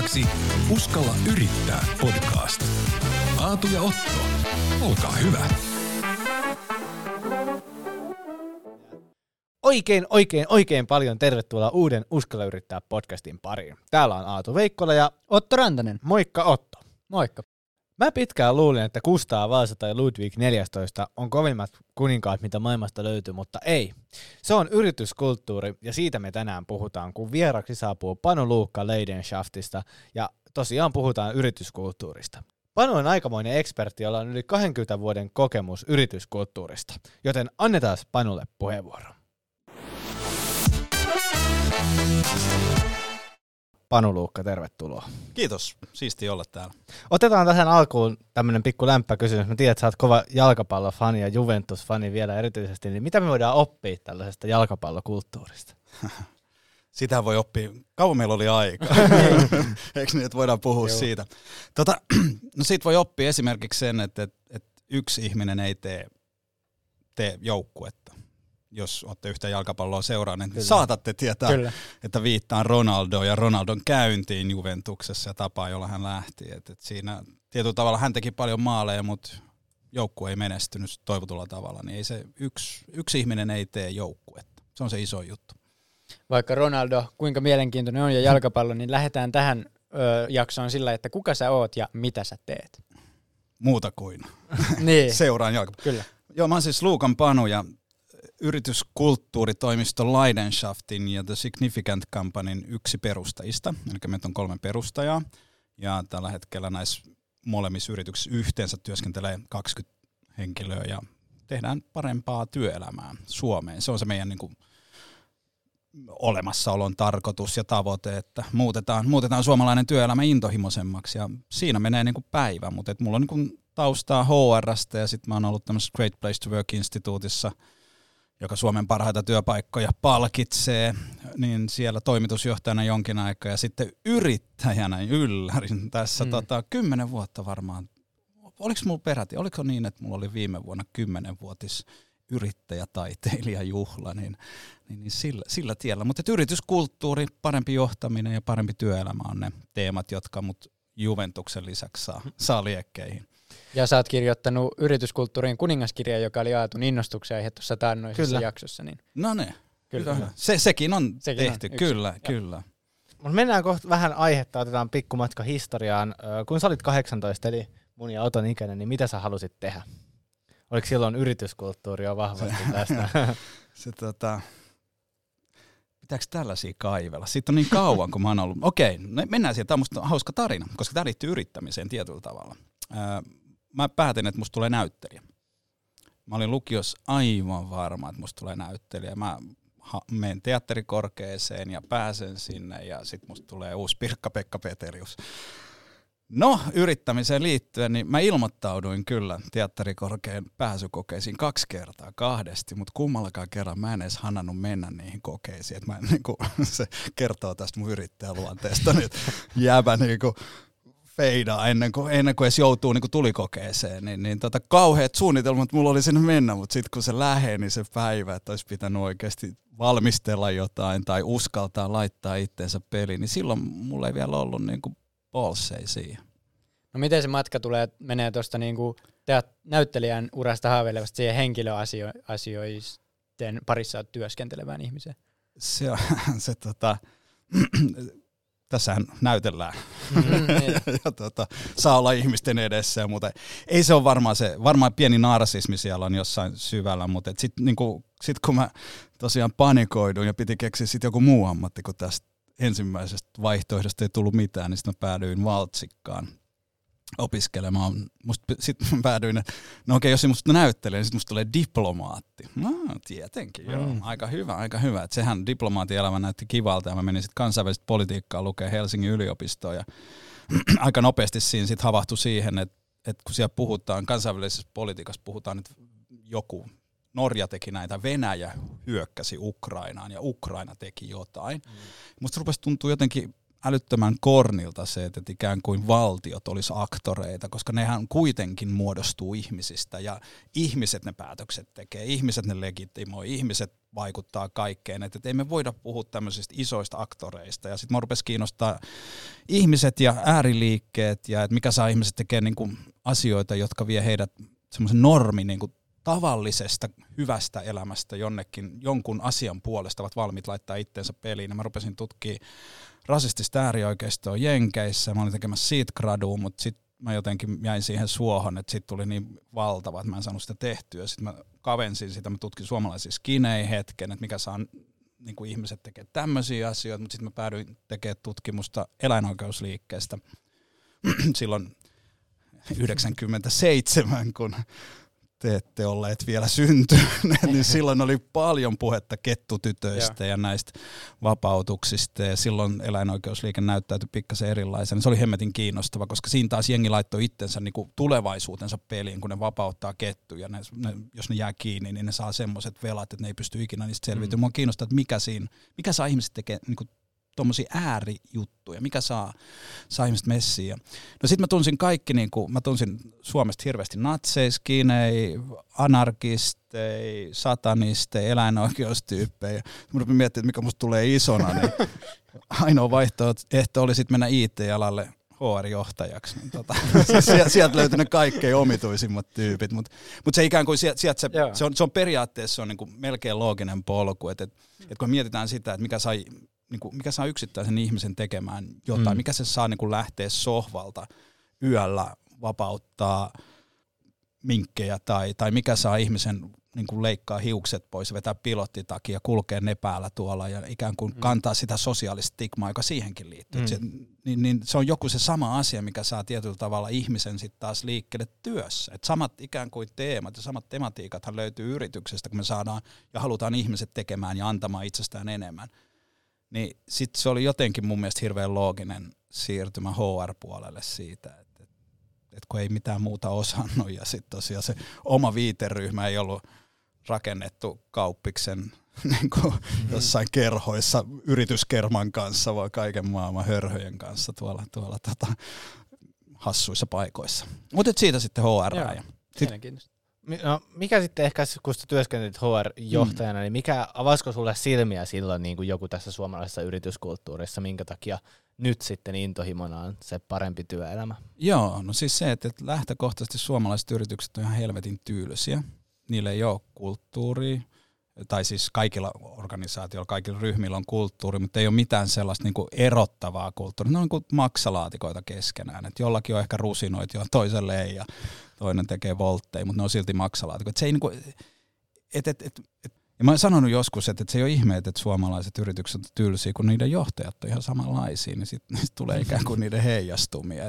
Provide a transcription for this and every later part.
Seuraavaksi Uskalla yrittää podcast. Aatu ja Otto, olkaa hyvä. Oikein paljon tervetuloa uuden Uskalla yrittää podcastin pariin. Täällä on Aatu Veikkola ja Otto Rantanen. Moikka Otto. Moikka. Mä pitkään luulin, että Kustaa Vaasa tai Ludwig 14 on kovimmat kuninkaat, mitä maailmasta löytyy, mutta ei. Se on yrityskulttuuri ja siitä me tänään puhutaan, kun vieraksi saapuu Panu Luukka Leidenschaftista ja tosiaan puhutaan yrityskulttuurista. Panu on aikamoinen ekspertti, jolla on yli 20 vuoden kokemus yrityskulttuurista, joten annetaan Panulle puheenvuoro. Panu Luukka, tervetuloa. Kiitos, siistiä olla täällä. Otetaan tähän alkuun tämmöinen pikku lämpökysymys. Mä tiedän, että sä oot kova jalkapallofani ja Juventus-fani vielä erityisesti, niin mitä me voidaan oppia tällaisesta jalkapallokulttuurista? Sitä voi oppia. Kauan meillä oli aikaa. Eikö niin, että voidaan puhua siitä? No siitä voi oppia esimerkiksi sen, että yksi ihminen ei tee joukkuetta. Jos olette yhtä jalkapalloa seuranneet, niin saatatte tietää, että viittaan Ronaldoon ja Ronaldon käyntiin Juventuksessa ja tapaa, jolla hän lähti. Et siinä tietyllä tavalla hän teki paljon maaleja, mutta joukkue ei menestynyt toivotulla tavalla. Niin ei se yksi ihminen ei tee joukkuetta. Se on se iso juttu. Vaikka Ronaldo kuinka mielenkiintoinen on ja jalkapallo, niin lähdetään tähän jaksoon sillä, että kuka sä oot ja mitä sä teet. Muuta kuin niin. Seuraan jalkapalloa. Kyllä. Joo, mä oon siis Luukan Panu ja yrityskulttuuritoimisto Leidenschaftin ja The Significant Companyn yksi perustajista. Eli meitä on 3 perustajaa ja tällä hetkellä näissä molemmissa yrityksissä yhteensä työskentelee 20 henkilöä ja tehdään parempaa työelämää Suomeen. Se on se meidän niin kuin olemassaolon tarkoitus ja tavoite, että muutetaan suomalainen työelämä intohimoisemmaksi ja siinä menee niin kuin päivä, mutta mulla on niin kuin taustaa HR:stä ja sitten mä oon ollut tämmöisessä Great Place to Work-instituutissa, joka Suomen parhaita työpaikkoja palkitsee, niin siellä toimitusjohtajana jonkin aikaa ja sitten yrittäjänä yllärin tässä 10 vuotta varmaan. Oliko niin, että mulla oli viime vuonna 10-vuotis yrittäjätaiteilijajuhla, niin sillä tiellä. Mutta yrityskulttuuri, parempi johtaminen ja parempi työelämä on ne teemat, jotka mut Juventuksen lisäksi saa liekkeihin. Ja sä oot kirjoittanut yrityskulttuurin kuningaskirja, joka oli Aatun innostuksen aihe tuossa taannoisessa jaksossa. Niin. No ne, kyllä. Sekin on tehty, kyllä. Mut mennään kohta vähän aihetta, otetaan pikkumatka historiaan. Kun sä olit 18, eli mun ja Oton ikäinen, niin mitä sä halusit tehdä? Oliko silloin yrityskulttuuri jo vahvasti tästä? Pitääkö tällaisia kaivella? Siitä on niin kauan, kun mä oon ollut. Okei, mennään siihen. Tämä on musta hauska tarina, koska tämä liittyy yrittämiseen tietyllä tavalla. Mä päätin, että musta tulee näyttelijä. Mä olin lukiossa aivan varma, että musta tulee näyttelijä. Mä menen teatterikorkeeseen ja pääsen sinne ja sit musta tulee uusi Pirkka-Pekka Petelius. No, yrittämiseen liittyen, niin mä ilmoittauduin kyllä teatterikorkean pääsykokeisiin 2 kertaa kahdesti, mutta kummallakaan kerran mä en edes hanannut mennä niihin kokeisiin. Et mä, se kertoo tästä mun yrittäjäluonteesta, niin jäävä feidaa ennen kuin edes joutuu tulikokeeseen. Niin kauheat suunnitelmat mulla oli sinne mennä, mutta sitten kun se lähei, niin se päivä, että olisi pitänyt oikeasti valmistella jotain tai uskaltaa laittaa itteensä peliin, niin silloin mulla ei vielä ollut polsseja siihen. No miten se matka menee tuosta näyttelijän urasta haaveilevasta siihen henkilöasioiden parissa työskentelevään ihmiseen? Tässähän näytellään ja saa olla ihmisten edessä ja muuta. Ei se ole varmaan pieni narsismi siellä on jossain syvällä, mutta sit kun mä tosiaan panikoiduin ja piti keksiä sit joku muu ammatti, kun tästä ensimmäisestä vaihtoehdosta ei tullut mitään, niin sitten mä päädyin Valtsikkaan opiskelemaan. Sitten mä päädyin, no okei, jos ei musta näyttele, niin sitten musta tulee diplomaatti. No, tietenkin, joo. Aika hyvä. Et sehän diplomaattielämä näytti kivalta ja mä menin sitten kansainvälistä politiikkaa lukea Helsingin yliopistoon ja aika nopeasti siinä sitten havahtui siihen, että kun siellä puhutaan, kansainvälisessä politiikassa puhutaan, että joku Norja teki näitä, Venäjä hyökkäsi Ukrainaan ja Ukraina teki jotain. Musta rupesi tuntua jotenkin älyttömän kornilta se, että ikään kuin valtiot olisi aktoreita, koska nehän kuitenkin muodostuu ihmisistä ja ihmiset ne päätökset tekee, ihmiset ne legitimoi, ihmiset vaikuttaa kaikkeen. Että ei me voida puhua tämmöisistä isoista aktoreista. Ja sitten mä rupesi kiinnostaa ihmiset ja ääriliikkeet ja että mikä saa ihmiset tekemään niin kuin asioita, jotka vie heidät semmoisen normin niin kuin tavallisesta hyvästä elämästä jonnekin jonkun asian puolesta ovat valmiit laittaa itteensä peliin. Ja mä rupesin tutkimaan rasistista äärioikeistoa Jenkeissä. Mä olin tekemässä siitä graduun, mutta sitten mä jotenkin jäin siihen suohon, että siitä tuli niin valtava, että mä en saanut sitä tehtyä. Sitten mä kavensin sitä, mä tutkin suomalaisia skinejä hetken, että mikä saa niin kuin ihmiset tekee tämmöisiä asioita, mutta sitten mä päädyin tekemään tutkimusta eläinoikeusliikkeestä silloin 97, kun te ette olleet vielä syntyneet, niin silloin oli paljon puhetta kettutytöistä ja näistä vapautuksista, ja silloin eläinoikeusliike näyttäytyi pikkasen erilaisen. Se oli hemmetin kiinnostava, koska siinä taas jengi laittoi itsensä niin kuin tulevaisuutensa peliin, kun ne vapauttaa kettuja. Jos ne jää kiinni, niin ne saa semmoiset velat, että ne ei pysty ikinä niistä selviytymään. Mua kiinnostaa, että mikä saa ihmiset tekemään niin tuommoisia äärijuttuja, mikä saa ihmiset messiin. No sit mä tunsin kaikki, mä tunsin Suomesta hirveästi natseja, skinei, anarkisteja, satanisteja, eläinoikeustyyppejä. Mä rupin miettimään, että mikä musta tulee isona, niin ainoa vaihtoehto oli sit mennä IT-alalle HR-johtajaksi. Niin sieltä löytyi ne kaikkein omituisimmat tyypit, mutta se ikään kuin se on periaatteessa se on niin kuin melkein looginen polku, että kun mietitään sitä, että mikä saa yksittäisen ihmisen tekemään jotain, mikä se saa niin kuin lähteä sohvalta yöllä vapauttaa minkkejä tai mikä saa ihmisen niin kuin leikkaa hiukset pois, vetää pilottitakia, kulkee ne päällä tuolla ja ikään kuin kantaa sitä sosiaalista stigmaa, joka siihenkin liittyy. Niin se on joku se sama asia, mikä saa tietyllä tavalla ihmisen sitten taas liikkeelle työssä. Et samat ikään kuin teemat ja samat tematiikathan löytyy yrityksestä, kun me saadaan ja halutaan ihmiset tekemään ja antamaan itsestään enemmän. Niin sitten se oli jotenkin mun mielestä hirveän looginen siirtymä HR-puolelle siitä, että kun ei mitään muuta osannut ja sitten tosiaan se oma viiteryhmä ei ollut rakennettu kauppiksen niin kuin jossain kerhoissa yrityskerman kanssa, vaan kaiken maailman hörhöjen kanssa tuolla hassuissa paikoissa. Mutta siitä sitten HR. No, mikä sitten ehkä, kun sä työskentelit HR-johtajana, niin avaisiko sulle silmiä silloin niin kuin joku tässä suomalaisessa yrityskulttuurissa, minkä takia nyt sitten intohimona on se parempi työelämä? Joo, no siis se, että lähtökohtaisesti suomalaiset yritykset on ihan helvetin tyylisiä. Niillä ei ole kulttuuria, tai siis kaikilla organisaatioilla, kaikilla ryhmillä on kulttuuri, mutta ei ole mitään sellaista niin kuin erottavaa kulttuuria. Ne on niin kuin maksalaatikoita keskenään, että jollakin on ehkä rusinoita, jo toiselle ei, ja toinen tekee voltteja, mutta ne on silti maksalaatikoita. Se ei niin kuin, ja mä oon sanonut joskus, että se ei ole ihme, että suomalaiset yritykset on tylsiä, kun niiden johtajat on ihan samanlaisia, niin sitten tulee ikään kuin niiden heijastumia.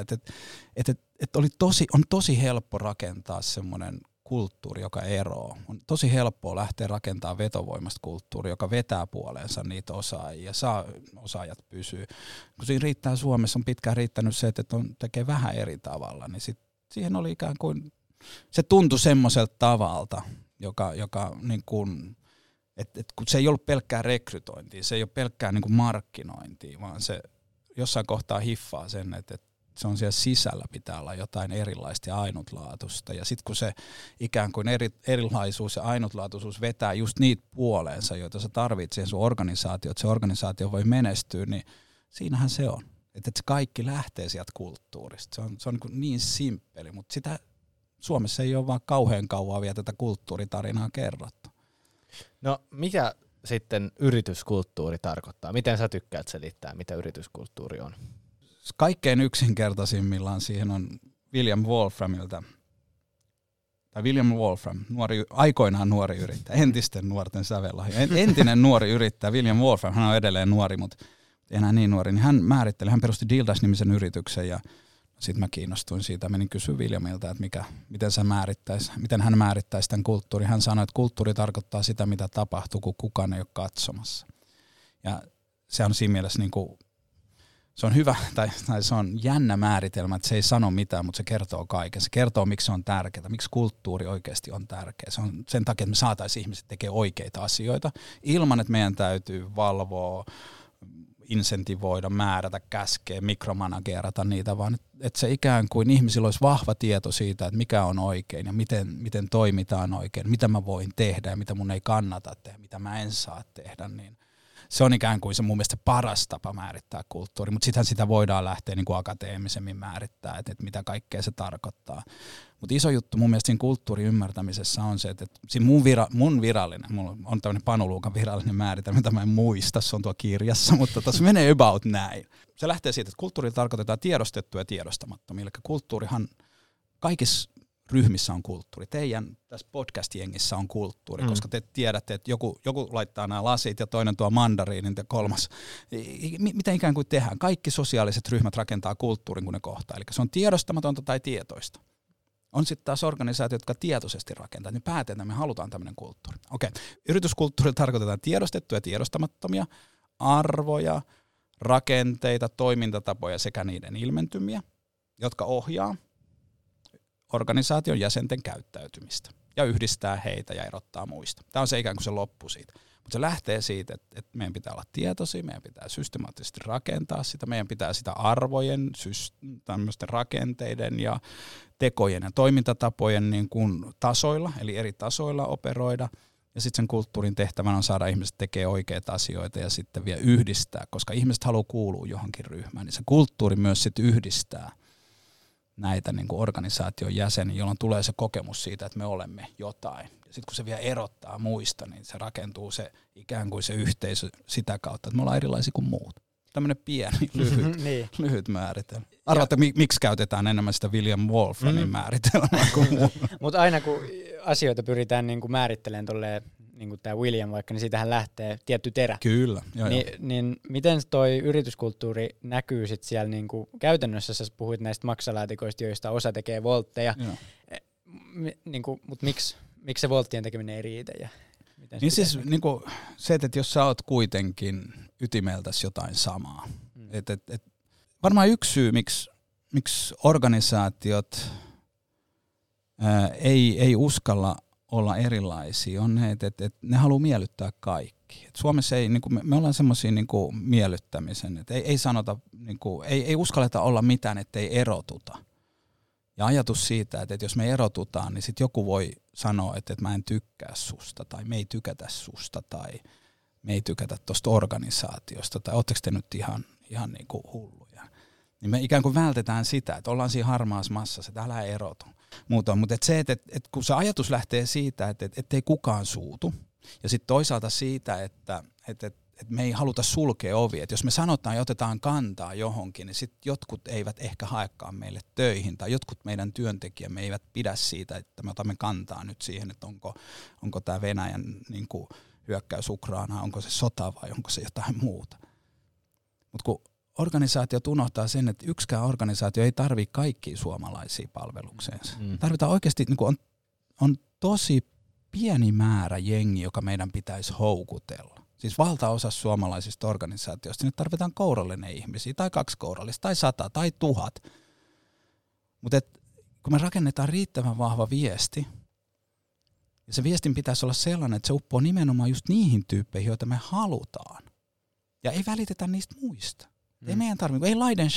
On tosi helppo rakentaa semmoinen kulttuuri, joka eroo. On tosi helppoa lähteä rakentamaan vetovoimasta kulttuuri, joka vetää puoleensa niitä osaajia ja saa osaajat pysyä. Kun siinä riittää Suomessa, on pitkään riittänyt se, että tekee vähän eri tavalla, niin siihen oli ikään kuin, se tuntui semmoiselta tavalta, joka niin kuin, kun se ei ollut pelkkää rekrytointia, se ei ole pelkkää niin kuin markkinointia, vaan se jossain kohtaa hiffaa sen, että se on siellä sisällä pitää olla jotain erilaista ja ainutlaatuista. Ja sitten kun se ikään kuin erilaisuus ja ainutlaatuisuus vetää just niitä puoleensa, joita sä tarvitset siihen sun organisaatioon, että se organisaatio voi menestyä, niin siinähän se on. Että se kaikki lähtee sieltä kulttuurista. Se on niin simppeli, mutta sitä Suomessa ei ole vaan kauhean kauan vielä tätä kulttuuritarinaa kerrottu. No mikä sitten yrityskulttuuri tarkoittaa? Miten sä tykkäät selittää, mitä yrityskulttuuri on? Kaikkein yksinkertaisimmillaan siihen on William Wolframilta, tai William Wolfram, aikoinaan nuori yrittäjä, entisten nuorten sävellahja. Entinen nuori yrittäjä, William Wolfram, hän on edelleen nuori, mutta ei enää niin nuori, niin hän perusti DealDash-nimisen yrityksen ja sitten mä kiinnostuin siitä, menin kysyä Williamilta, että miten hän määrittäisi tämän kulttuurin. Hän sanoi, että kulttuuri tarkoittaa sitä, mitä tapahtuu, kun kukaan ei ole katsomassa. Ja se on siinä mielessä niin kuin, se on hyvä, tai se on jännä määritelmä, että se ei sano mitään, mutta se kertoo kaiken. Se kertoo, miksi se on tärkeää, miksi kulttuuri oikeasti on tärkeä. Se on sen takia, että me saataisiin ihmiset tekemään oikeita asioita, ilman että meidän täytyy valvoa insentivoida, määrätä, käskeä, mikromanagerata niitä, vaan että se ikään kuin ihmisillä olisi vahva tieto siitä, että mikä on oikein ja miten toimitaan oikein, mitä mä voin tehdä ja mitä mun ei kannata tehdä, mitä mä en saa tehdä, niin se on ikään kuin se mun mielestä paras tapa määrittää kulttuuri, mutta sittenhän sitä voidaan lähteä niin kuin akateemisemmin määrittää, että mitä kaikkea se tarkoittaa. Mutta iso juttu mun mielestä siinä kulttuurin ymmärtämisessä on se, että siinä mun virallinen, mulla on tämmöinen Panu Luukan virallinen määritelmä, mitä mä en muista, se on tuo kirjassa, mutta tuossa menee about näin. Se lähtee siitä, että kulttuurilla tarkoitetaan tiedostettua ja tiedostamattomia, eli kulttuurihan kaikissa ryhmissä on kulttuuri. Teidän tässä podcast-jengissä on kulttuuri, koska te tiedätte, että joku laittaa nämä lasit ja toinen tuo mandariinin ja kolmas. Mitä ikään kuin tehdään? Kaikki sosiaaliset ryhmät rakentaa kulttuurin, kun ne kohtaa. Eli se on tiedostamatonta tai tietoista. On sitten taas organisaatiot, jotka tietoisesti rakentaa. Ne päätetään, että me halutaan tämmöinen kulttuuri. Okei. Yrityskulttuurilla tarkoitetaan tiedostettuja ja tiedostamattomia arvoja, rakenteita, toimintatapoja sekä niiden ilmentymiä, jotka ohjaa organisaation jäsenten käyttäytymistä ja yhdistää heitä ja erottaa muista. Tämä on se ikään kuin se loppu siitä. Mutta se lähtee siitä, että meidän pitää olla tietoisia, meidän pitää systemaattisesti rakentaa sitä, meidän pitää sitä arvojen, tämmöisten rakenteiden ja tekojen ja toimintatapojen niin kuin tasoilla, eli eri tasoilla operoida. Ja sitten sen kulttuurin tehtävänä on saada ihmiset tekemään oikeita asioita ja sitten vielä yhdistää, koska ihmiset haluaa kuulua johonkin ryhmään, niin se kulttuuri myös sitten yhdistää näitä niin kuin organisaation jäseniä, jolloin tulee se kokemus siitä, että me olemme jotain. Ja sitten kun se vielä erottaa muista, niin se rakentuu se ikään kuin se yhteisö sitä kautta, että me ollaan erilaisia kuin muut. Tämmöinen pieni, lyhyt määritelmä. Arvaatte, miksi käytetään enemmän sitä William Wolframin määritelmää kuin muu. Mutta aina kun asioita pyritään niin kuin määrittelemään tolleen, niin kuin tämä William vaikka, niin siitähän lähtee tietty terä. Kyllä. Niin miten toi yrityskulttuuri näkyy sit siellä niin kuin käytännössä, sä puhuit näistä maksalaatikoista, joista osa tekee voltteja, mutta miksi se volttien tekeminen ei riitä? Ja niin siis niin kuin se, että jos sä oot kuitenkin ytimeltäsi jotain samaa. Varmaan yksi syy, miksi organisaatiot ei uskalla olla erilaisia, on ne, että ne haluaa miellyttää kaikki. Et Suomessa ei, niin kuin me ollaan semmoisia niin kuin miellyttämisen, että ei sanota, niin kuin, ei uskalleta olla mitään, ettei erotuta. Ja ajatus siitä, että jos me erotutaan, niin sitten joku voi sanoa, että mä en tykkää susta, tai me ei tykätä susta, tai me ei tykätä tuosta organisaatiosta, tai ootteko te nyt ihan niin kuin hulluja. Niin me ikään kuin vältetään sitä, että ollaan siinä harmaassa massassa, että älä erotu. Mutta se, että kun se ajatus lähtee siitä, että ei kukaan suutu, ja sitten toisaalta siitä, että me ei haluta sulkea ovia. Että jos me sanotaan ja otetaan kantaa johonkin, niin sitten jotkut eivät ehkä haekaan meille töihin, tai jotkut meidän työntekijämme eivät pidä siitä, että me otamme kantaa nyt siihen, että onko tämä Venäjän niin kuin hyökkäys Ukrainaan, onko se sota vai onko se jotain muuta. Mutta kun organisaatiot unohtaa sen, että yksikään organisaatio ei tarvitse kaikkia suomalaisia palvelukseensa. Tarvitaan oikeasti, niin kuin on tosi pieni määrä jengi, joka meidän pitäisi houkutella. Siis valtaosa suomalaisista organisaatioista, niin tarvitaan kourallinen ihmisiä, tai 2 kourallista, tai 100, tai 1000. Mutta kun me rakennetaan riittävän vahva viesti, ja se viestin pitäisi olla sellainen, että se uppoo nimenomaan just niihin tyyppeihin, joita me halutaan. Ja ei välitetä niistä muista. Ei meidän tarvitse,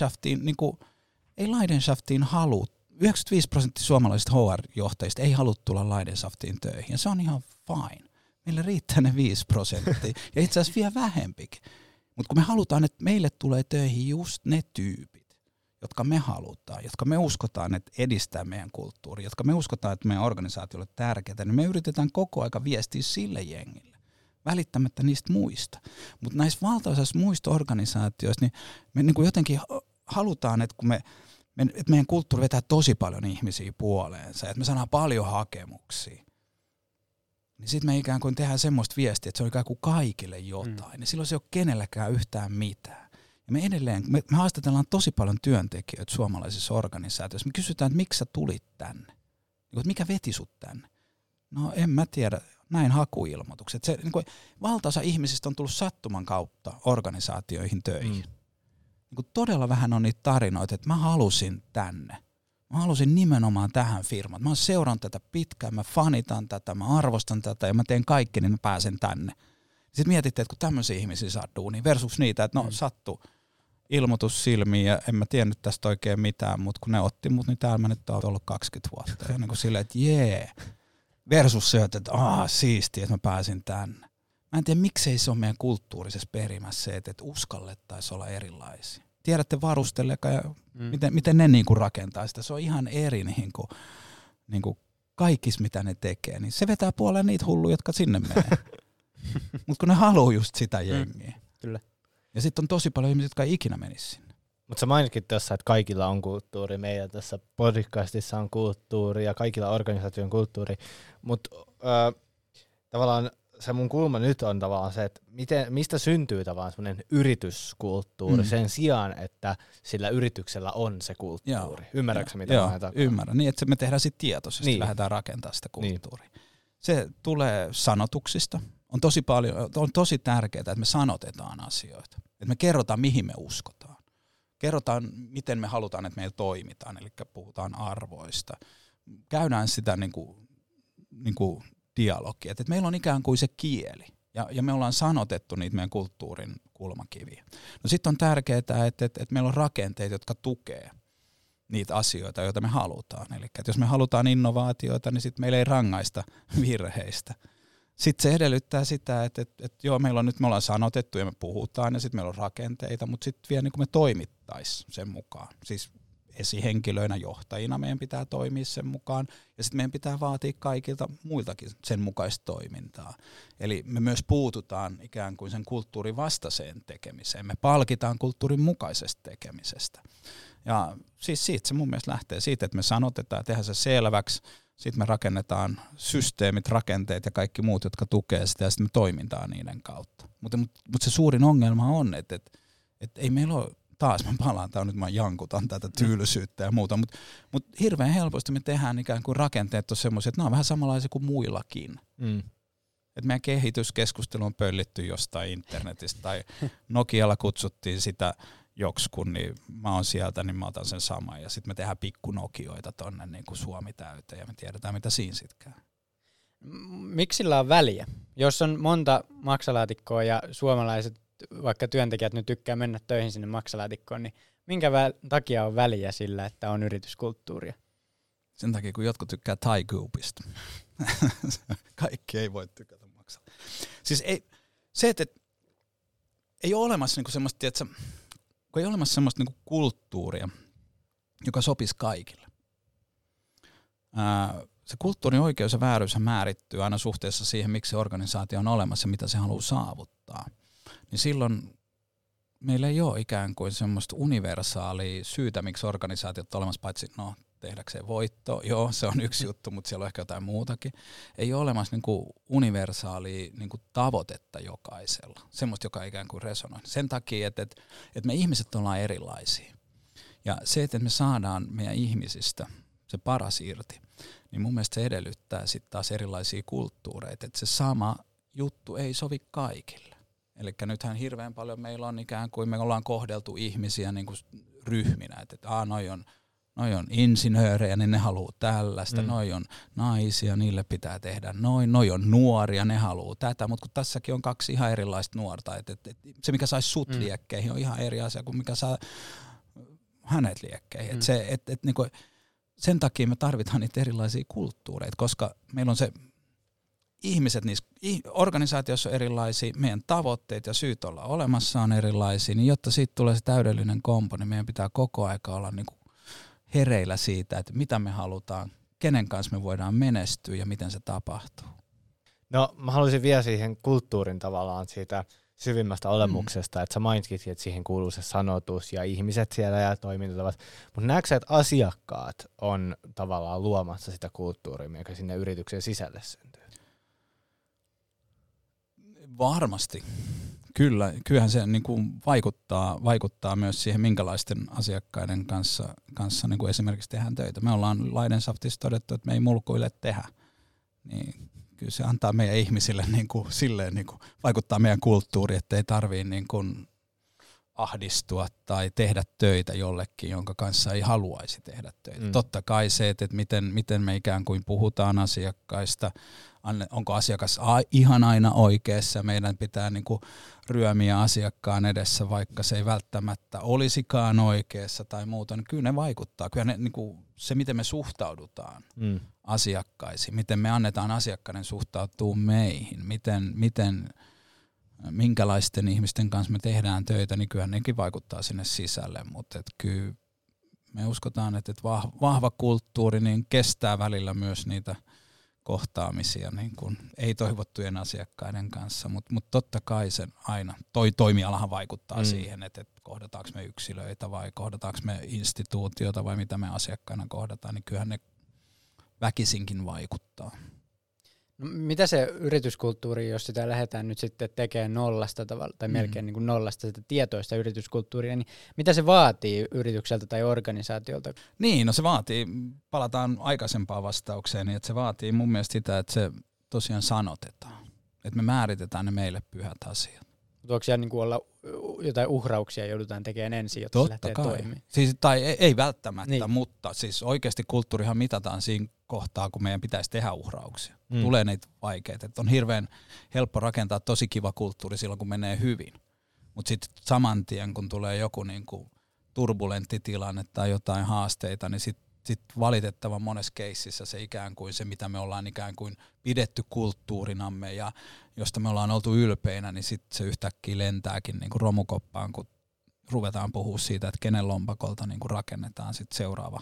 ei Leidenschaftiin halua. 95% suomalaisista HR-johtajista ei halua tulla Leidenschaftiin töihin, ja se on ihan fine. Meille riittää ne 5%, ja itse asiassa vielä vähempikin. Mutta kun me halutaan, että meille tulee töihin just ne tyypit, jotka me halutaan, jotka me uskotaan, että edistää meidän kulttuuria, jotka me uskotaan, että meidän organisaatiolle on tärkeää, niin me yritetään koko aika viestiä sille jengille, välittämättä niistä muista. Mutta näissä valtaosassa muista organisaatioista, niin me niin kuin jotenkin halutaan, että kun että meidän kulttuuri vetää tosi paljon ihmisiä puoleensa, että me saadaan paljon hakemuksia, niin sitten me ikään kuin tehdään semmoista viestiä, että se on ikään kuin kaikille jotain, niin silloin se ei ole kenelläkään yhtään mitään. Ja me edelleen, me haastatellaan tosi paljon työntekijöitä suomalaisissa organisaatioissa. Me kysytään, että miksi sä tulit tänne? Mikä veti sut tänne? No en mä tiedä, näin hakuilmoitukset. Se, niin kuin, valtaosa ihmisistä on tullut sattuman kautta organisaatioihin töihin. Niin kuin todella vähän on niitä tarinoita, että mä halusin tänne. Mä halusin nimenomaan tähän firmaan. Mä oon seurannut tätä pitkään, mä fanitan tätä, mä arvostan tätä ja mä teen kaikki, niin mä pääsen tänne. Sitten mietitte, että kun tämmöisiä ihmisiä saa duuniin versus niitä, että no sattu ilmoitus silmiin ja en mä tiennyt tästä oikein mitään, mutta kun ne otti mut, niin täällä mä nyt oon ollut 20 vuotta. Ja niin kuin silleen, että jee. Versus se, että siistiä, että mä pääsin tänne. Mä en tiedä, miksei se on meidän kulttuurisessa perimässä se, että uskallettaisiin olla erilaisia. Tiedätte varustelekaan ja miten ne niinku rakentaa sitä. Se on ihan eri niinku kaikissa, mitä ne tekee. Niin se vetää puoleen niitä hulluja, jotka sinne menee. Mutta kun ne haluaa just sitä jengiä. Kyllä. Ja sitten on tosi paljon ihmisiä, jotka ei ikinä menisi sinne. Mutta sä mainitkin tässä, että kaikilla on kulttuuri. Meidän tässä podcastissa on kulttuuri ja kaikilla organisaation on kulttuuri. Mutta tavallaan se mun kulma nyt on tavallaan se, että mistä syntyy tavallaan semmoinen yrityskulttuuri sen sijaan, että sillä yrityksellä on se kulttuuri. Ymmärrätkö mitä mä tarkoitan? Ymmärrän. Niin, että me tehdään sitten tietoisesti, lähdetään rakentamaan sitä kulttuuria. Niin. Se tulee sanotuksista. On tosi tärkeää, että me sanotetaan asioita. Että me kerrotaan, mihin me uskotaan. Kerrotaan, miten me halutaan, että meillä toimitaan. Eli puhutaan arvoista. Käydään sitä niinku dialogia. Että meillä on ikään kuin se kieli. Ja me ollaan sanotettu niitä meidän kulttuurin kulmakiviä. No sitten on tärkeää, että meillä on rakenteet, jotka tukee niitä asioita, joita me halutaan. Eli jos me halutaan innovaatioita, niin sitten meillä ei rangaista virheistä. Sitten se edellyttää sitä, että joo, me ollaan sanotettu ja me puhutaan ja sitten meillä on rakenteita, mutta sitten vielä niin kuin me toimittaisiin sen mukaan. Siis esihenkilöinä, johtajina meidän pitää toimia sen mukaan ja sitten meidän pitää vaatia kaikilta muiltakin sen mukaista toimintaa. Eli me myös puututaan ikään kuin sen kulttuurin vastaiseen tekemiseen. Me palkitaan kulttuurin mukaisesta tekemisestä. Ja siis siitä se mun mielestä lähtee siitä, että me sanotetaan ja tehdään se selväksi. Sitten me rakennetaan systeemit, rakenteet ja kaikki muut, jotka tukee sitä ja sitten me toimintaan niiden kautta. Mutta se suurin ongelma on, että ei meillä ole, taas mä palaan, mä jankutan tätä tylsyyttä ja muuta, mutta hirveän helposti me tehdään ikään kuin rakenteet on semmoisia, että nämä on vähän samanlaisia kuin muillakin. Että meidän kehityskeskustelu on pöllitty jostain internetistä tai Nokialla kutsuttiin sitä joksikun, niin mä oon sieltä, niin mä otan sen saman. Ja sitten me tehdään pikkunokioita tonne niin kuin Suomi täyteen ja me tiedetään, mitä siinä sitten käy. Miksi sillä on väliä? Jos on monta maksalaatikkoa ja suomalaiset, vaikka työntekijät nyt tykkää mennä töihin sinne maksalaatikkoon, niin minkä takia on väliä sillä, että on yrityskulttuuria? Sen takia, kun jotkut tykkää Thai Groupista. Kaikki ei voi tykätä maksalaatikkoa. Siis se, että ei ole olemassa niinku semmoista, että kun ei ole olemassa semmoista niinku kulttuuria, joka sopisi kaikille. Se kulttuurin oikeus ja vääryys määrittyy aina suhteessa siihen, miksi se organisaatio on olemassa ja mitä se haluaa saavuttaa. Niin silloin meillä ei ole ikään kuin semmoista universaalia syytä, miksi organisaatiot on olemassa, paitsi tehdäkseen voitto. Joo, se on yksi juttu, mutta siellä on ehkä jotain muutakin. Ei ole olemassa niinku universaalia niinku tavoitetta jokaisella, semmoista, joka ikään kuin resonoi. Sen takia, että me ihmiset ollaan erilaisia. Ja se, että me saadaan meidän ihmisistä se paras irti, niin mun mielestä se edellyttää sitten taas erilaisia kulttuureita, että se sama juttu ei sovi kaikille. Eli nythän hirveän paljon meillä on ikään kuin me ollaan kohdeltu ihmisiä niin kuin ryhminä, että noi on insinöörejä, niin ne haluaa tällaista, noi on naisia, niille pitää tehdä noi on nuoria, ne haluaa tätä, mutta kun tässäkin on kaksi ihan erilaista nuorta, että se mikä saisi sut liekkeihin on ihan eri asia kuin mikä saa hänet liekkeihin. Niinku, sen takia me tarvitaan niitä erilaisia kulttuureita, koska meillä on se ihmiset niissä organisaatioissa on erilaisia, meidän tavoitteet ja syyt olla olemassa on erilaisia, niin jotta siitä tulee se täydellinen kompo, niin meidän pitää koko aika olla niinku hereillä siitä, että mitä me halutaan, kenen kanssa me voidaan menestyä ja miten se tapahtuu. No mä haluaisin vielä siihen kulttuurin tavallaan siitä syvimmästä olemuksesta, että sä mainitkin, että siihen kuuluu se sanotus ja ihmiset siellä ja toimintatavat, mutta näetkö sä, että asiakkaat on tavallaan luomassa sitä kulttuuria, mikä sinne yrityksen sisälle syntyy? Varmasti. Kyllähän se niin kuin vaikuttaa myös siihen, minkälaisten asiakkaiden kanssa niin kuin esimerkiksi tehdään töitä. Me ollaan Leidensoftissa todettu, että me ei mulkuille tehdä. Niin kyllä se antaa meidän ihmisille niin kuin, silleen niin kuin, vaikuttaa meidän kulttuuriin, että ei tarvitse niin kuin ahdistua tai tehdä töitä jollekin, jonka kanssa ei haluaisi tehdä töitä. Totta kai se, että miten me ikään kuin puhutaan asiakkaista, onko asiakas ihan aina oikeassa, meidän pitää niinku ryömiä asiakkaan edessä, vaikka se ei välttämättä olisikaan oikeassa tai muuta, niin kyllä ne vaikuttaa. Kyllä ne, niinku, se, miten me suhtaudutaan asiakkaisiin, miten me annetaan asiakkaiden suhtautua meihin, minkälaisten ihmisten kanssa me tehdään töitä, niin kyllä nekin vaikuttaa sinne sisälle, mutta kyllä me uskotaan, että vahva kulttuuri niin kestää välillä myös niitä kohtaamisia niin kuin ei-toivottujen asiakkaiden kanssa, mutta totta kai sen aina, toimialahan vaikuttaa siihen, että kohdataanko me yksilöitä vai kohdataanko me instituutiota vai mitä me asiakkaina kohdataan, niin kyllähän ne väkisinkin vaikuttaa. No, mitä se yrityskulttuuri, jos sitä lähdetään nyt sitten tekemään nollasta tai melkein niin kuin nollasta sitä tietoista yrityskulttuuria, niin mitä se vaatii yritykseltä tai organisaatiolta? Niin, no se vaatii, palataan aikaisempaan vastaukseen, niin että se vaatii mun mielestä sitä, että se tosiaan sanotetaan, että me määritetään ne meille pyhät asiat. Voiko siellä niin kuin olla jotain uhrauksia joudutaan tekemään ensin, jotta se lähtee toimimaan? Siis, tai ei välttämättä, niin. Mutta siis oikeasti kulttuurihan mitataan siinä kohtaa, kun meidän pitäisi tehdä uhrauksia. Tulee niitä vaikeita. Että on hirveän helppo rakentaa tosi kiva kulttuuri silloin, kun menee hyvin. Mutta sitten saman tien, kun tulee joku niinku turbulentti tilanne tai jotain haasteita, niin sit valitettavan monessa keississä se ikään kuin se, mitä me ollaan ikään kuin pidetty kulttuurinamme ja josta me ollaan oltu ylpeinä, niin sitten se yhtäkkiä lentääkin niin kuin romukoppaan, kun ruvetaan puhua siitä, että kenen lompakolta niin kuin rakennetaan sitten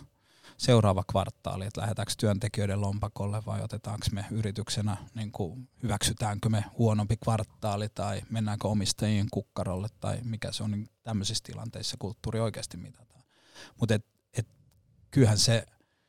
seuraava kvartaali, että lähdetäänkö työntekijöiden lompakolle vai otetaanko me yrityksenä, niin kuin hyväksytäänkö me huonompi kvartaali tai mennäänkö omistajien kukkarolle tai mikä se on, niin tämmöisissä tilanteissa kulttuuri oikeasti mitataan. Mutta kyllähän se,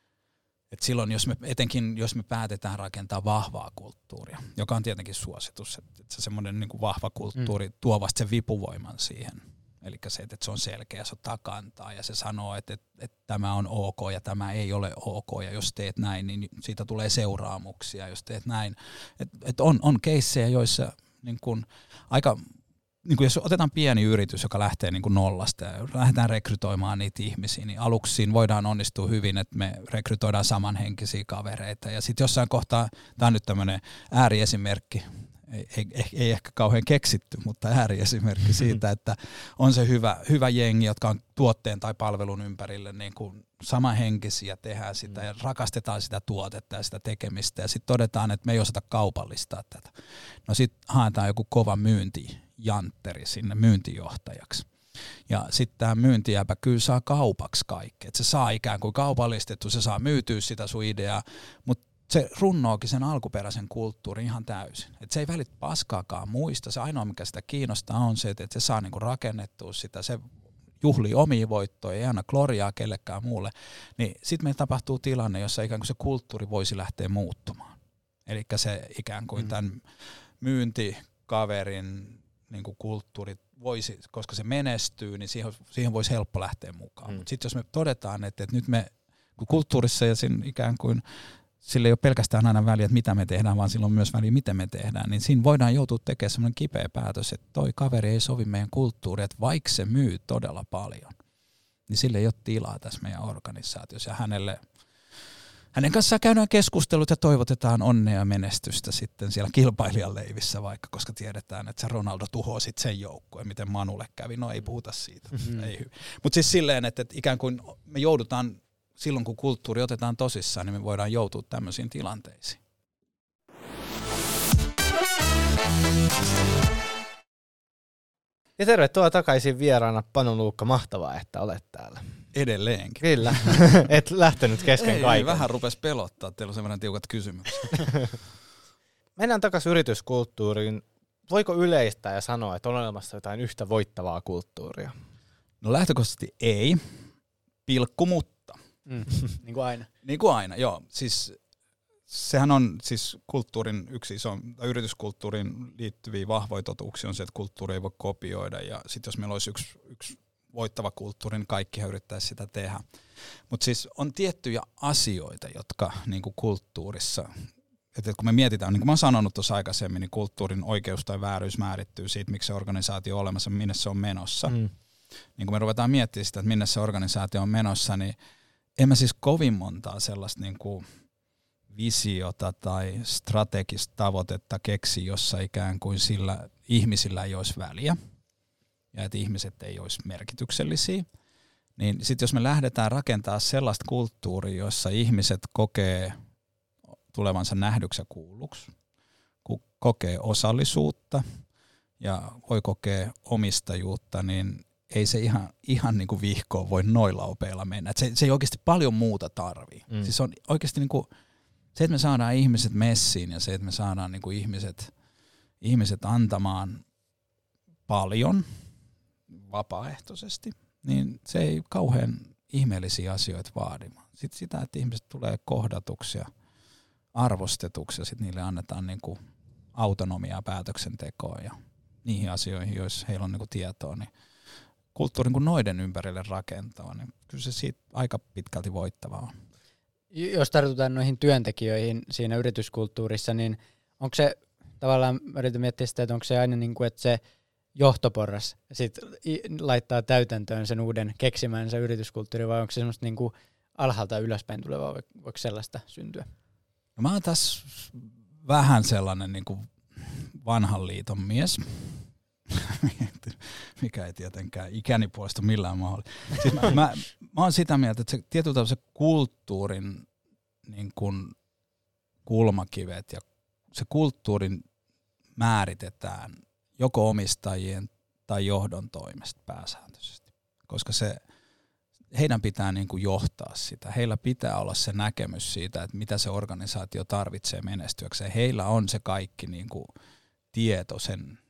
että silloin etenkin jos me päätetään rakentaa vahvaa kulttuuria, joka on tietenkin suositus, että se semmoinen niin kuin vahva kulttuuri tuo vasta sen vipuvoiman siihen. Eli se, että se on selkeä, se ottaa kantaa ja se sanoo, että tämä on ok ja tämä ei ole ok ja jos teet näin, niin siitä tulee seuraamuksia, jos teet näin. Että on keissejä, joissa niin kuin aika... Niin jos otetaan pieni yritys, joka lähtee niin kuin nollasta ja lähdetään rekrytoimaan niitä ihmisiä, niin aluksi siinä voidaan onnistua hyvin, että me rekrytoidaan samanhenkisiä kavereita. Ja sitten jossain kohtaa, tämä on nyt tämmöinen ääriesimerkki, ei ehkä kauhean keksitty, mutta ääriesimerkki siitä, että on se hyvä jengi, jotka on tuotteen tai palvelun ympärille niin kuin samanhenkisiä, tehdään sitä ja rakastetaan sitä tuotetta ja sitä tekemistä. Ja sitten todetaan, että me ei osata kaupallistaa tätä. No sitten haetaan joku kova myyntijantteri sinne myyntijohtajaksi. Ja sitten tämä myyntijäpä kyllä saa kaupaksi kaikki. Että se saa ikään kuin kaupallistettu, se saa myytyä sitä sun ideaa, mutta se runnookin sen alkuperäisen kulttuurin ihan täysin. Et se ei välitä paskaakaan muista. Se ainoa, mikä sitä kiinnostaa, on se, että se saa niinku rakennettua sitä. Se juhlii omia voittoja, ei anna gloriaa kellekään muulle. Niin sitten meillä tapahtuu tilanne, jossa ikään kuin se kulttuuri voisi lähteä muuttumaan. Eli se ikään kuin tämän myyntikaverin niinku kulttuuri voisi, koska se menestyy, niin siihen voisi helppo lähteä mukaan. Mutta sitten jos me todetaan, että nyt me kulttuurissa ja siinä ikään kuin sillä ei ole pelkästään aina väliä, että mitä me tehdään, vaan sillä on myös väliä, miten me tehdään, niin siinä voidaan joutua tekemään semmoinen kipeä päätös, että toi kaveri ei sovi meidän kulttuuriin, että vaikka se myy todella paljon, niin sille ei ole tilaa tässä meidän organisaatiossa. Ja hänen kanssaan käydään keskustelut ja toivotetaan onnea ja menestystä sitten siellä kilpailijan leivissä vaikka, koska tiedetään, että se Ronaldo tuhoaa sitten sen joukkueen, miten Manulle kävi. No ei puhuta siitä. Mutta siis silleen, että ikään kuin me joudutaan silloin kun kulttuuri otetaan tosissaan, niin me voidaan joutua tämmöisiin tilanteisiin. Ja tervetuloa takaisin vieraana, Panu Luukka. Mahtavaa, että olet täällä. Edelleenkin. Kyllä, et lähtenyt kesken kaiken. Ei, vähän rupesi pelottaa, teillä on sellainen tiukat kysymykset. Mennään takaisin yrityskulttuuriin. Voiko yleistää ja sanoa, että on olemassa jotain yhtä voittavaa kulttuuria? No lähtökohtaisesti ei, mutta. Niin kuin aina. Niin kuin aina, joo. Siis sehän on siis kulttuurin yrityskulttuuriin liittyviä vahvoja totuuksia on se, että kulttuuri ei voi kopioida ja sitten jos meillä olisi yksi voittava kulttuuri, niin kaikkihan yrittäisi sitä tehdä. Mutta siis on tiettyjä asioita, jotka niin kuin kulttuurissa, että kun me mietitään, niin kuin mä oon sanonut tuossa aikaisemmin, niin kulttuurin oikeus tai vääryys määrittyy siitä, miksi se organisaatio on olemassa, minne se on menossa. niin kun me ruvetaan miettimään sitä, että minne se organisaatio on menossa, niin en mä siis kovin montaa sellaista niin kuin visiota tai strategista tavoitetta keksi, jossa ikään kuin sillä ihmisillä ei olisi väliä ja että ihmiset ei olisi merkityksellisiä. Niin sitten jos me lähdetään rakentamaan sellaista kulttuuria, jossa ihmiset kokee tulevansa nähdyksi ja kuulluksi, kokee osallisuutta ja voi kokea omistajuutta, niin ei se ihan niin kuin vihkoon voi noilla opeilla mennä. Se ei oikeasti paljon muuta tarvii. Siis on oikeasti niin kuin se, että me saadaan ihmiset messiin ja se, että me saadaan niin kuin ihmiset antamaan paljon vapaaehtoisesti, niin se ei kauhean ihmeellisiä asioita vaadi. Sitten sitä, että ihmiset tulee kohdatuksi ja arvostetuksi ja sitten niille annetaan niin kuin autonomiaa päätöksentekoon ja niihin asioihin, joissa heillä on niin kuin tietoa, niin kulttuurin kuin noiden ympärille rakentaa, niin kyllä se siitä aika pitkälti voittavaa on. Jos tartutaan noihin työntekijöihin siinä yrityskulttuurissa, niin onko se tavallaan, yritän miettiä sitä, että onko se aina niin kuin, että se johtoporras sit laittaa täytäntöön sen uuden keksimänsä yrityskulttuuri, vai onko se semmoista niin kuin alhaalta ylöspäin tulevaa, voiko sellaista syntyä? No mä oon tässä vähän sellainen niin kuin vanhan liiton mies, mikä ei tietenkään ikäni puolesta millään mahdollista. Siis mä oon sitä mieltä, että se tietyllä tavalla se kulttuurin niin kuin kulmakivet ja se kulttuurin määritetään joko omistajien tai johdon toimesta pääsääntöisesti, koska heidän pitää niin kuin johtaa sitä. Heillä pitää olla se näkemys siitä, että mitä se organisaatio tarvitsee menestyäkseen. Heillä on se kaikki niin kuin tieto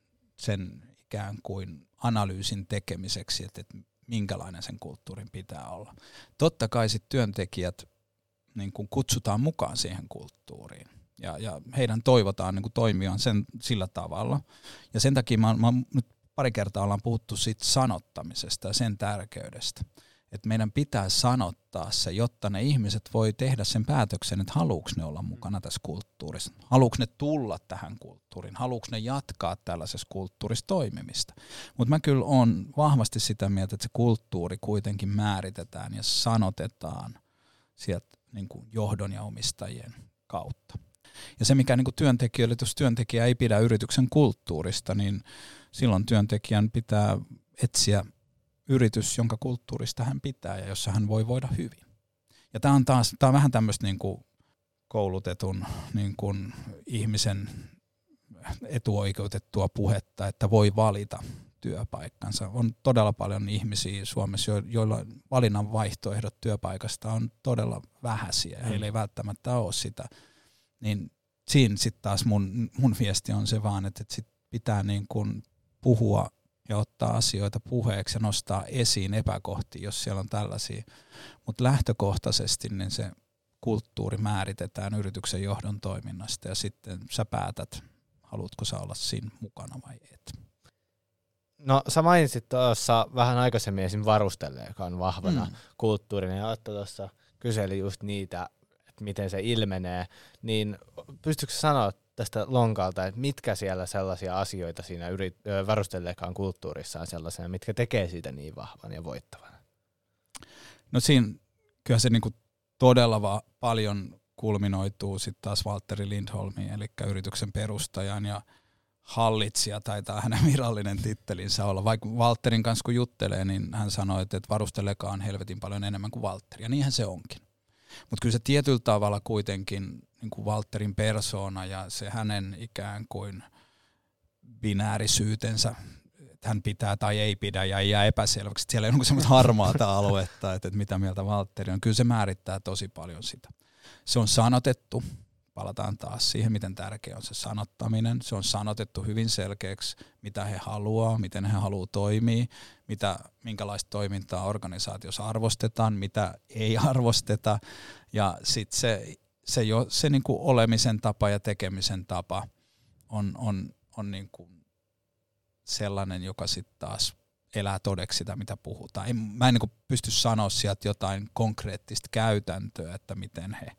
sen ikään kuin analyysin tekemiseksi, että minkälainen sen kulttuurin pitää olla. Totta kai sitten työntekijät niin kuin kutsutaan mukaan siihen kulttuuriin ja heidän toivotaan niin kuin toimivan sillä tavalla. Ja sen takia mä nyt pari kertaa ollaan puhuttu siitä sanottamisesta ja sen tärkeydestä. Että meidän pitää sanottaa se, jotta ne ihmiset voi tehdä sen päätöksen, että haluuks ne olla mukana tässä kulttuurissa. Haluuks ne tulla tähän kulttuuriin, haluuks ne jatkaa tällaisessa kulttuurissa toimimista. Mutta mä kyllä oon vahvasti sitä mieltä, että se kulttuuri kuitenkin määritetään ja sanotetaan sieltä niin kuin johdon ja omistajien kautta. Ja se mikä niin kuin työntekijöille, jos työntekijä ei pidä yrityksen kulttuurista, niin silloin työntekijän pitää etsiä yritys, jonka kulttuurista hän pitää ja jossa hän voi voida hyvin. Ja tämä on vähän tämmöistä niin kuin koulutetun niin kuin ihmisen etuoikeutettua puhetta, että voi valita työpaikkansa. On todella paljon ihmisiä Suomessa, joilla valinnan vaihtoehdot työpaikasta on todella vähäisiä. Heillä ei välttämättä ole sitä. Niin siinä sitten taas mun viesti on se vaan, että sit pitää niin kuin puhua ja ottaa asioita puheeksi ja nostaa esiin epäkohtia, jos siellä on tällaisia. Mutta lähtökohtaisesti niin se kulttuuri määritetään yrityksen johdon toiminnasta ja sitten sä päätät, haluatko sä olla siinä mukana vai et. No sä mainitsit tuossa vähän aikaisemmin esim. Varustelle, joka on vahvana kulttuurina, ja Otto tuossa kyseli just niitä, että miten se ilmenee, niin pystytkö sanoa tästä lonkalta, että mitkä siellä sellaisia asioita siinä Varustellekaan kulttuurissa on sellaisia, mitkä tekee siitä niin vahvan ja voittavan? No siinä kyllä se niinku todella paljon kulminoituu sitten taas Valtteri Lindholmiin, eli yrityksen perustajan ja hallitsija taitaa hänen virallinen tittelinsä olla. Vaikka Valtterin kanssa kun juttelee, niin hän sanoi, että Varustellekaan on helvetin paljon enemmän kuin Valtteri, ja niinhän se onkin. Mutta kyllä se tietyllä tavalla kuitenkin niin kuin Valtterin persoona ja se hänen ikään kuin binäärisyytensä, että hän pitää tai ei pidä ja ei jää epäselväksi. Siellä ei ole semmoista harmaata aluetta, että mitä mieltä Valtteri on. Kyllä se määrittää tosi paljon sitä. Se on sanotettu. Palataan taas siihen, miten tärkeä on se sanottaminen. Se on sanotettu hyvin selkeäksi, mitä he haluaa, miten he haluaa toimia, minkälaista toimintaa organisaatiossa arvostetaan, mitä ei arvosteta. Ja sitten se niin kuin olemisen tapa ja tekemisen tapa on niin kuin sellainen, joka sitten taas elää todeksi sitä, mitä puhutaan. Mä en niin kuin pysty sanoa sieltä jotain konkreettista käytäntöä, että miten he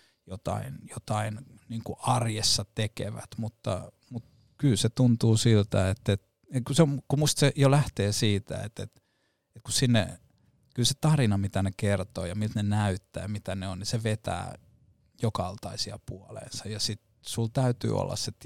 jotain niin kuin arjessa tekevät, mutta kyllä se tuntuu siltä, että kun musta se jo lähtee siitä, että Et kun sinne, kyllä se tarina, mitä ne kertoo ja miltä ne näyttää ja mitä ne on, niin se vetää jokaltaisia puoleensa. Ja sit sulla täytyy olla se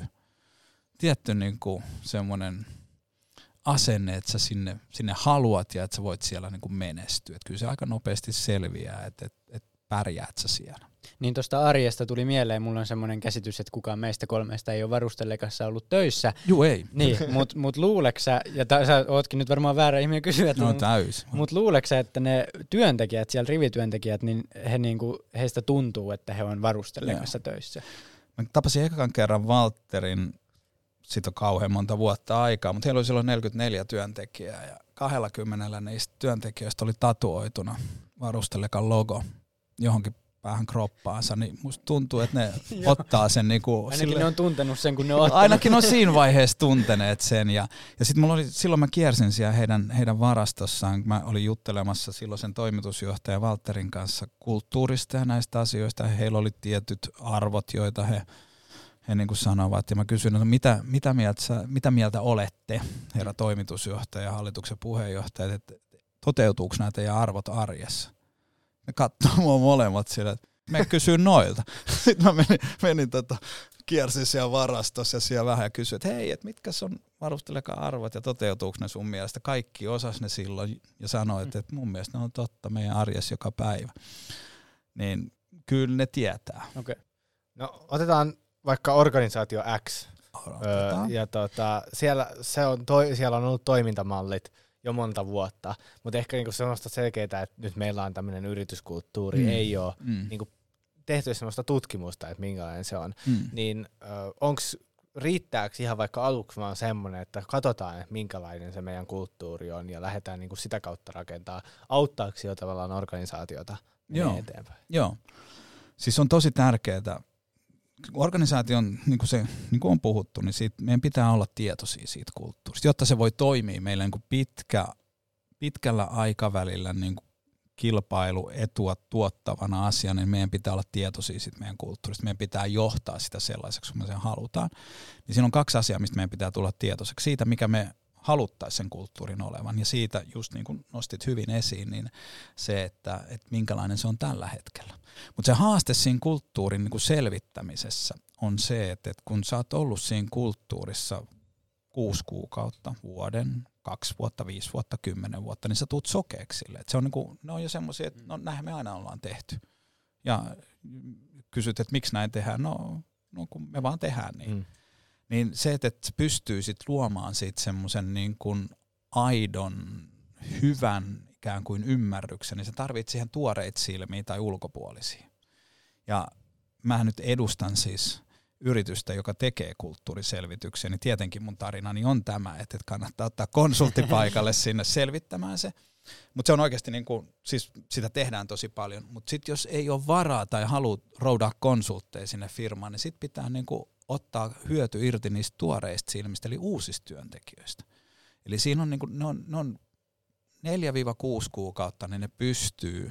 tietty niinku semmoinen asenne, että sä sinne haluat ja että sä voit siellä niinku menestyä. Et kyllä se aika nopeasti selviää, että pärjäät sä siellä. Niin tuosta arjesta tuli mieleen, mulla on semmoinen käsitys, että kukaan meistä kolmesta ei ole varustellekassa ollut töissä. Juu, ei. Niin, mut luuleksä, ja sä ootkin nyt varmaan väärä ihminen kysyä, No täysin. Mut luuleksä, että ne työntekijät, siellä rivityöntekijät, niin heistä tuntuu, että he on varustellekassa töissä? Mä tapasin ekan kerran Valtterin, siitä on kauhean monta vuotta aikaa, mutta heillä oli silloin 44 työntekijää ja 20 niistä työntekijöistä oli tatuoituna Varustelekan logo johonkin päähän kroppaansa, niin musta tuntuu, että ne ottaa sen niinku... Ainakin ne on tuntenut sen, kun ne on ottanut. Ainakin on siinä vaiheessa tunteneet sen. Ja sit silloin mä kiersin siellä heidän varastossaan, mä olin juttelemassa silloin sen toimitusjohtajan Valtterin kanssa kulttuurista ja näistä asioista. Heillä oli tietyt arvot, joita he niin kuin sanovat. Ja mä kysyin, että mitä mieltä olette, herra toimitusjohtaja ja hallituksen puheenjohtaja, että toteutuuko nämä teidän arvot arjessa? Ne katsoo mua molemmat siellä, että me kysyin noilta. Sitten mä menin kiersin siellä varastossa ja siellä vähän ja kysyin, että hei, että mitkä on Varustelekan arvot ja toteutuuko ne sun mielestä? Kaikki osas ne silloin ja sanoi, että mun mielestä ne on totta meidän arjessa joka päivä. Niin kyllä ne tietää. Okay. No otetaan vaikka organisaatio X. Ja siellä on ollut toimintamallit jo monta vuotta, mutta ehkä niinku semmoista selkeää, että nyt meillä on tämmöinen yrityskulttuuri, ei ole niinku tehty semmoista tutkimusta, että minkälainen se on, niin riittääkö ihan vaikka aluksi vaan semmoinen, että katsotaan, että minkälainen se meidän kulttuuri on ja lähdetään niinku sitä kautta rakentaa, auttaako jo tavallaan organisaatiota eteenpäin? Joo, siis on tosi tärkeää, organisaation, niin kuin on puhuttu, niin meidän pitää olla tietoisia siitä kulttuurista, jotta se voi toimia meillä niin pitkällä aikavälillä niin kilpailuetua tuottavana asiana, niin meidän pitää olla tietoisia siitä meidän kulttuurista. Meidän pitää johtaa sitä sellaiseksi, kun me sen halutaan. Niin siinä on kaksi asiaa, mistä meidän pitää tulla tietoiseksi. Siitä, mikä me haluttaisiin sen kulttuurin olevan, ja siitä, just niin kuin nostit hyvin esiin, niin se, että minkälainen se on tällä hetkellä. Mutta se haaste siinä kulttuurin niin kuin selvittämisessä on se, että kun sä oot ollut siinä kulttuurissa 6 kuukautta, vuoden, 2 vuotta, 5 vuotta, 10 vuotta, niin sä tuut sokeeksi sille. Et se on niinku, ne on jo semmoisia, että no näinhän me aina ollaan tehty. Ja kysyt, että miksi näin tehdään, no kun me vaan tehdään niin. Niin se, että sä pystyisit luomaan siitä semmoisen niin kuin aidon, hyvän ikään kuin ymmärryksen, niin sä tarvitset siihen tuoreita silmiä tai ulkopuolisia. Ja mä nyt edustan siis yritystä, joka tekee kulttuuriselvityksen, niin tietenkin mun tarinani on tämä, että kannattaa ottaa konsulttipaikalle sinne selvittämään se. Mutta se on oikeasti, niin kuin, siis sitä tehdään tosi paljon, mutta sitten jos ei ole varaa tai halua roudaa konsultteja sinne firmaan, niin sitten pitää niin kuin ottaa hyöty irti niistä tuoreista silmistä, eli uusista työntekijöistä. Eli siinä on, niin kuin, ne on 4-6 kuukautta, niin ne pystyy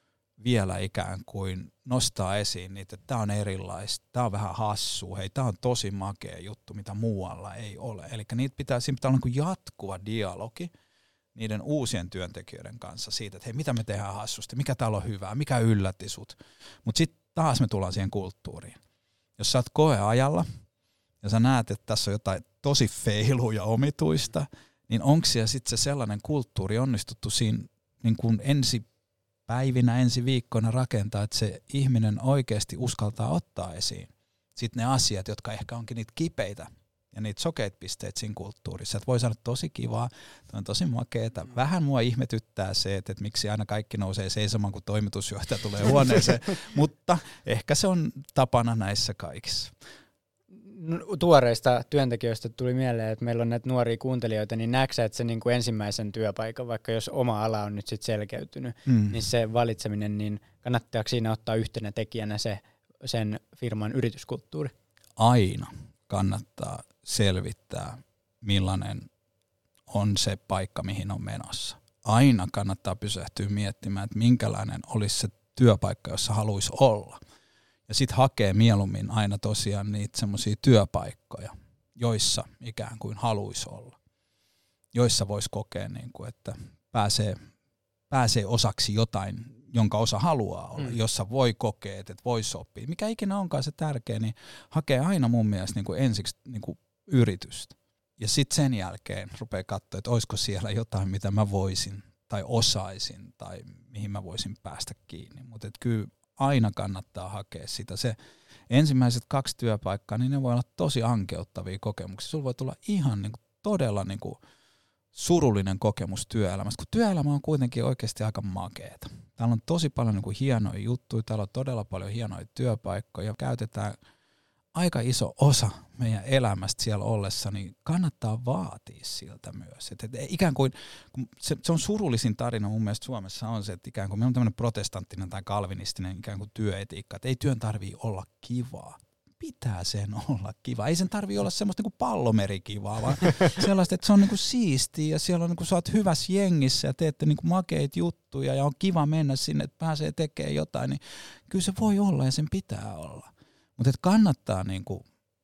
vielä ikään kuin nostaa esiin niitä, että tämä on erilaista, tämä on vähän hassua, hei, tämä on tosi makea juttu, mitä muualla ei ole. Eli siinä pitää olla niin kuin jatkuva dialogi niiden uusien työntekijöiden kanssa siitä, että hei, mitä me tehdään hassusti, mikä täällä on hyvää, mikä yllätti sut. Mutta sitten taas me tullaan siihen kulttuuriin. Jos sä oot koeajalla ja sä näet, että tässä on jotain tosi feilua ja omituista, niin onko siellä sitten se sellainen kulttuuri onnistuttu siinä niin kuin päivinä, ensi viikkoina rakentaa, että se ihminen oikeasti uskaltaa ottaa esiin sitten ne asiat, jotka ehkä onkin niitä kipeitä ja niitä sokeita pisteitä siinä kulttuurissa. Että voi sanoa, tosi kivaa, on tosi makeeta. Vähän mua ihmetyttää se, että miksi aina kaikki nousee seisomaan, kun toimitusjohtaja tulee huoneeseen, mutta ehkä se on tapana näissä kaikissa. Tuoreista työntekijöistä tuli mieleen, että meillä on näitä nuoria kuuntelijoita, niin näetkö sä, että se niin kuin ensimmäisen työpaikan, vaikka jos oma ala on nyt sit selkeytynyt, niin se valitseminen, niin kannattaako siinä ottaa yhtenä tekijänä sen firman yrityskulttuuri? Aina kannattaa selvittää, millainen on se paikka, mihin on menossa. Aina kannattaa pysähtyä miettimään, että minkälainen olisi se työpaikka, jossa haluaisi olla. Ja sitten hakee mieluummin aina tosiaan niitä semmoisia työpaikkoja, joissa ikään kuin haluaisi olla. Joissa voisi kokea, niin kuin, että pääsee osaksi jotain, jonka osa haluaa olla, jossa voi kokea, että voi sopia. Mikä ikinä onkaan se tärkeä, niin hakee aina mun mielestä niin kuin ensiksi niin kuin yritystä. Ja sitten sen jälkeen rupeaa katsoa, että olisiko siellä jotain, mitä mä voisin tai osaisin tai mihin mä voisin päästä kiinni. Mutta kyllä aina kannattaa hakea sitä. Se ensimmäiset 2 työpaikkaa, niin ne voi olla tosi ankeuttavia kokemuksia. Sulla voi tulla ihan niin kuin, todella niin kuin, surullinen kokemus työelämästä, kun työelämä on kuitenkin oikeasti aika makeeta. Täällä on tosi paljon niin kuin hienoja juttuja, täällä on todella paljon hienoja työpaikkoja, käytetään aika iso osa meidän elämästä siellä ollessa, niin kannattaa vaatia siltä myös. Et ikään kuin, se on surullisin tarina mun mielestä Suomessa on se, että ikään kuin meillä on tämmöinen protestanttinen tai kalvinistinen ikään kuin työetiikka, että ei työn tarvii olla kivaa. Pitää sen olla kiva. Ei sen tarvii olla semmoista niinku pallomerikivaa, vaan sellaista, että se on niinku siistiä ja siellä on niinku, sä oot hyvässä jengissä ja teette niinku makeita juttuja ja on kiva mennä sinne, että pääsee tekemään jotain, niin kyllä se voi olla ja sen pitää olla. Mutta kannattaa niinku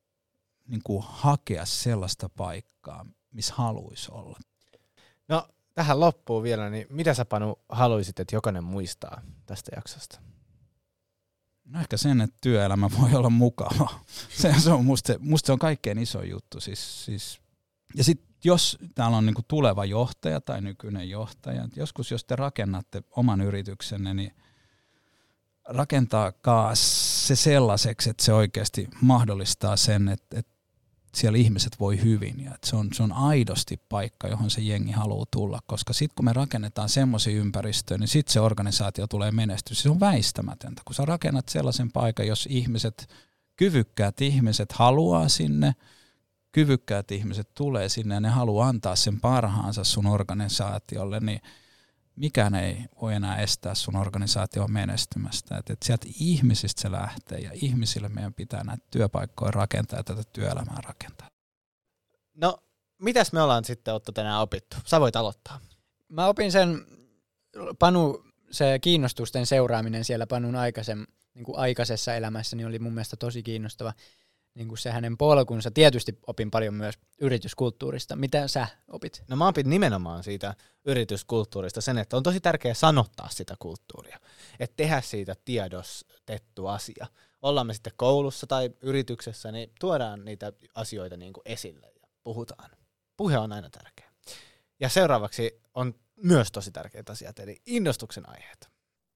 hakea sellaista paikkaa, missä haluaisi olla. No tähän loppuun vielä, niin mitä sä Panu haluaisit, että jokainen muistaa tästä jaksosta? No ehkä sen, että työelämä voi olla mukava. Se on musta se on kaikkein iso juttu. Siis. Ja sitten jos täällä on niinku tuleva johtaja tai nykyinen johtaja, joskus jos te rakennatte oman yrityksenne, niin rakentaakaa se sellaiseksi, että se oikeasti mahdollistaa sen, että siellä ihmiset voi hyvin ja että se on aidosti paikka, johon se jengi haluaa tulla, koska sitten kun me rakennetaan semmoisia ympäristöjä, niin sitten se organisaatio tulee menestyä. Se on väistämätöntä, kun sä rakennat sellaisen paikan, jos kyvykkäät ihmiset haluaa sinne, kyvykkäät ihmiset tulee sinne ja ne haluaa antaa sen parhaansa sun organisaatiolle, niin mikään ei voi enää estää sun organisaation menestymästä. Et sieltä ihmisistä se lähtee ja ihmisille meidän pitää näitä työpaikkoja rakentaa ja tätä työelämää rakentaa. No, mitäs me ollaan sitten Otto tänään opittu? Sä voit aloittaa. Mä opin sen, Panu, se kiinnostusten seuraaminen siellä Panun aikaisessa elämässä niin oli mun mielestä tosi kiinnostava. Niin kuin se hänen polkunsa. Tietysti opin paljon myös yrityskulttuurista. Mitä sä opit? No mä opin nimenomaan siitä yrityskulttuurista sen, että on tosi tärkeää sanottaa sitä kulttuuria. Että tehdä siitä tiedostettu asia. Ollaan me sitten koulussa tai yrityksessä, niin tuodaan niitä asioita niin kuin esille ja puhutaan. Puhe on aina tärkeä. Ja seuraavaksi on myös tosi tärkeät asiat, eli innostuksen aiheet.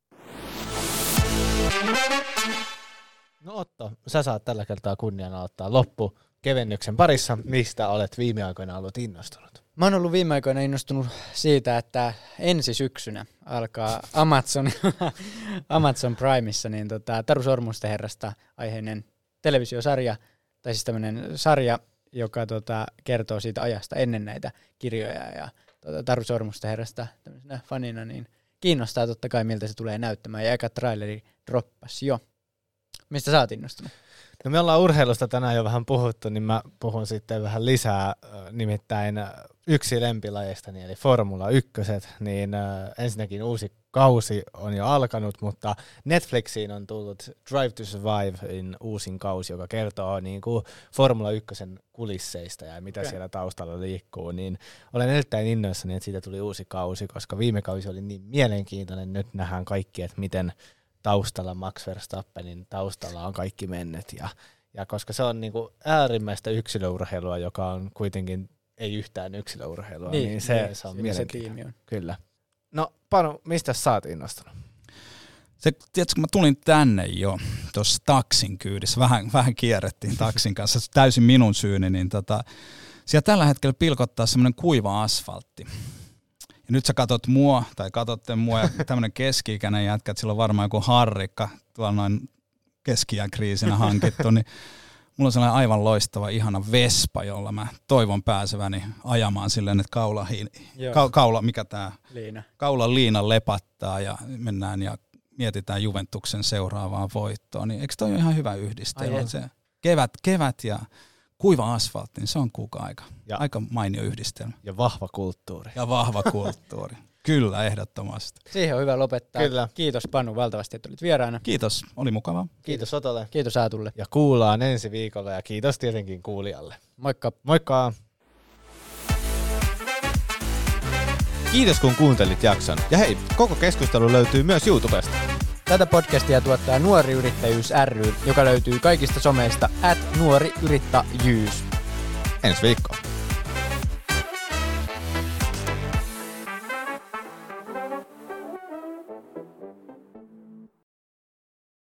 No Otto, sä saat tällä kertaa kunniana ottaa loppukevennyksen parissa. Mistä olet viime aikoina ollut innostunut? Mä oon ollut viime aikoina innostunut siitä, että ensi syksynä alkaa Amazon Primeissa niin Taru Sormusten herrasta aiheinen televisiosarja, tai siis tämmöinen sarja, joka kertoo siitä ajasta ennen näitä kirjoja. Ja Taru Sormusten herrasta tämmöisenä fanina niin kiinnostaa totta kai, miltä se tulee näyttämään. Ja eka traileri droppasi jo. Mistä sä oot innostunut? No me ollaan urheilusta tänään jo vähän puhuttu, niin mä puhun sitten vähän lisää, nimittäin yksi lempilajeistani, eli Formula 1, niin ensinnäkin uusi kausi on jo alkanut, mutta Netflixiin on tullut Drive to Survivein uusin kausi, joka kertoo niin kuin Formula 1 kulisseista ja mitä siellä taustalla liikkuu, niin olen erittäin innoissani, että siitä tuli uusi kausi, koska viime kausi oli niin mielenkiintoinen, nyt nähdään kaikki, että miten taustalla Max Verstappenin taustalla on kaikki mennyt ja koska se on niinku äärimmäistä yksilöurheilua, joka on kuitenkin ei yhtään yksilöurheilua, niin se on mielenkiintoinen. Kyllä. No Panu, mistä sä oot innostunut? Tiedätkö, kun mä tulin tänne jo tuossa taksin kyydissä, vähän kierrettiin taksin kanssa, täysin minun syyni, niin siellä tällä hetkellä pilkottaa semmoinen kuiva asfaltti. Ja nyt sä katsotte mua ja tämmönen keski-ikäinen jätkä, että sillä on varmaan joku harrikka tuolla noin keski-iän kriisinä hankittu, niin mulla on sellainen aivan loistava, ihana Vespa, jolla mä toivon pääseväni ajamaan silleen, että kaulan liina lepattaa ja mennään ja mietitään Juventuksen seuraavaa voittoa. Niin eikö toi ole ihan hyvä yhdistelmä? Se kevät ja kuiva asfaltti, niin se on aika mainio yhdistelmä. Ja vahva kulttuuri. Kyllä, ehdottomasti. Siihen on hyvä lopettaa. Kyllä. Kiitos Panu valtavasti, että olit vieraana. Kiitos, oli mukavaa. Kiitos Otolle. Kiitos Aatulle. Ja kuullaan ensi viikolla ja kiitos tietenkin kuulijalle. Moikka. Moikka. Kiitos kun kuuntelit jakson. Ja hei, koko keskustelu löytyy myös YouTubesta. Tätä podcastia tuottaa Nuori Yrittäjyys ry, joka löytyy kaikista someista @nuoriyrittäjyys. Ensi viikkoon.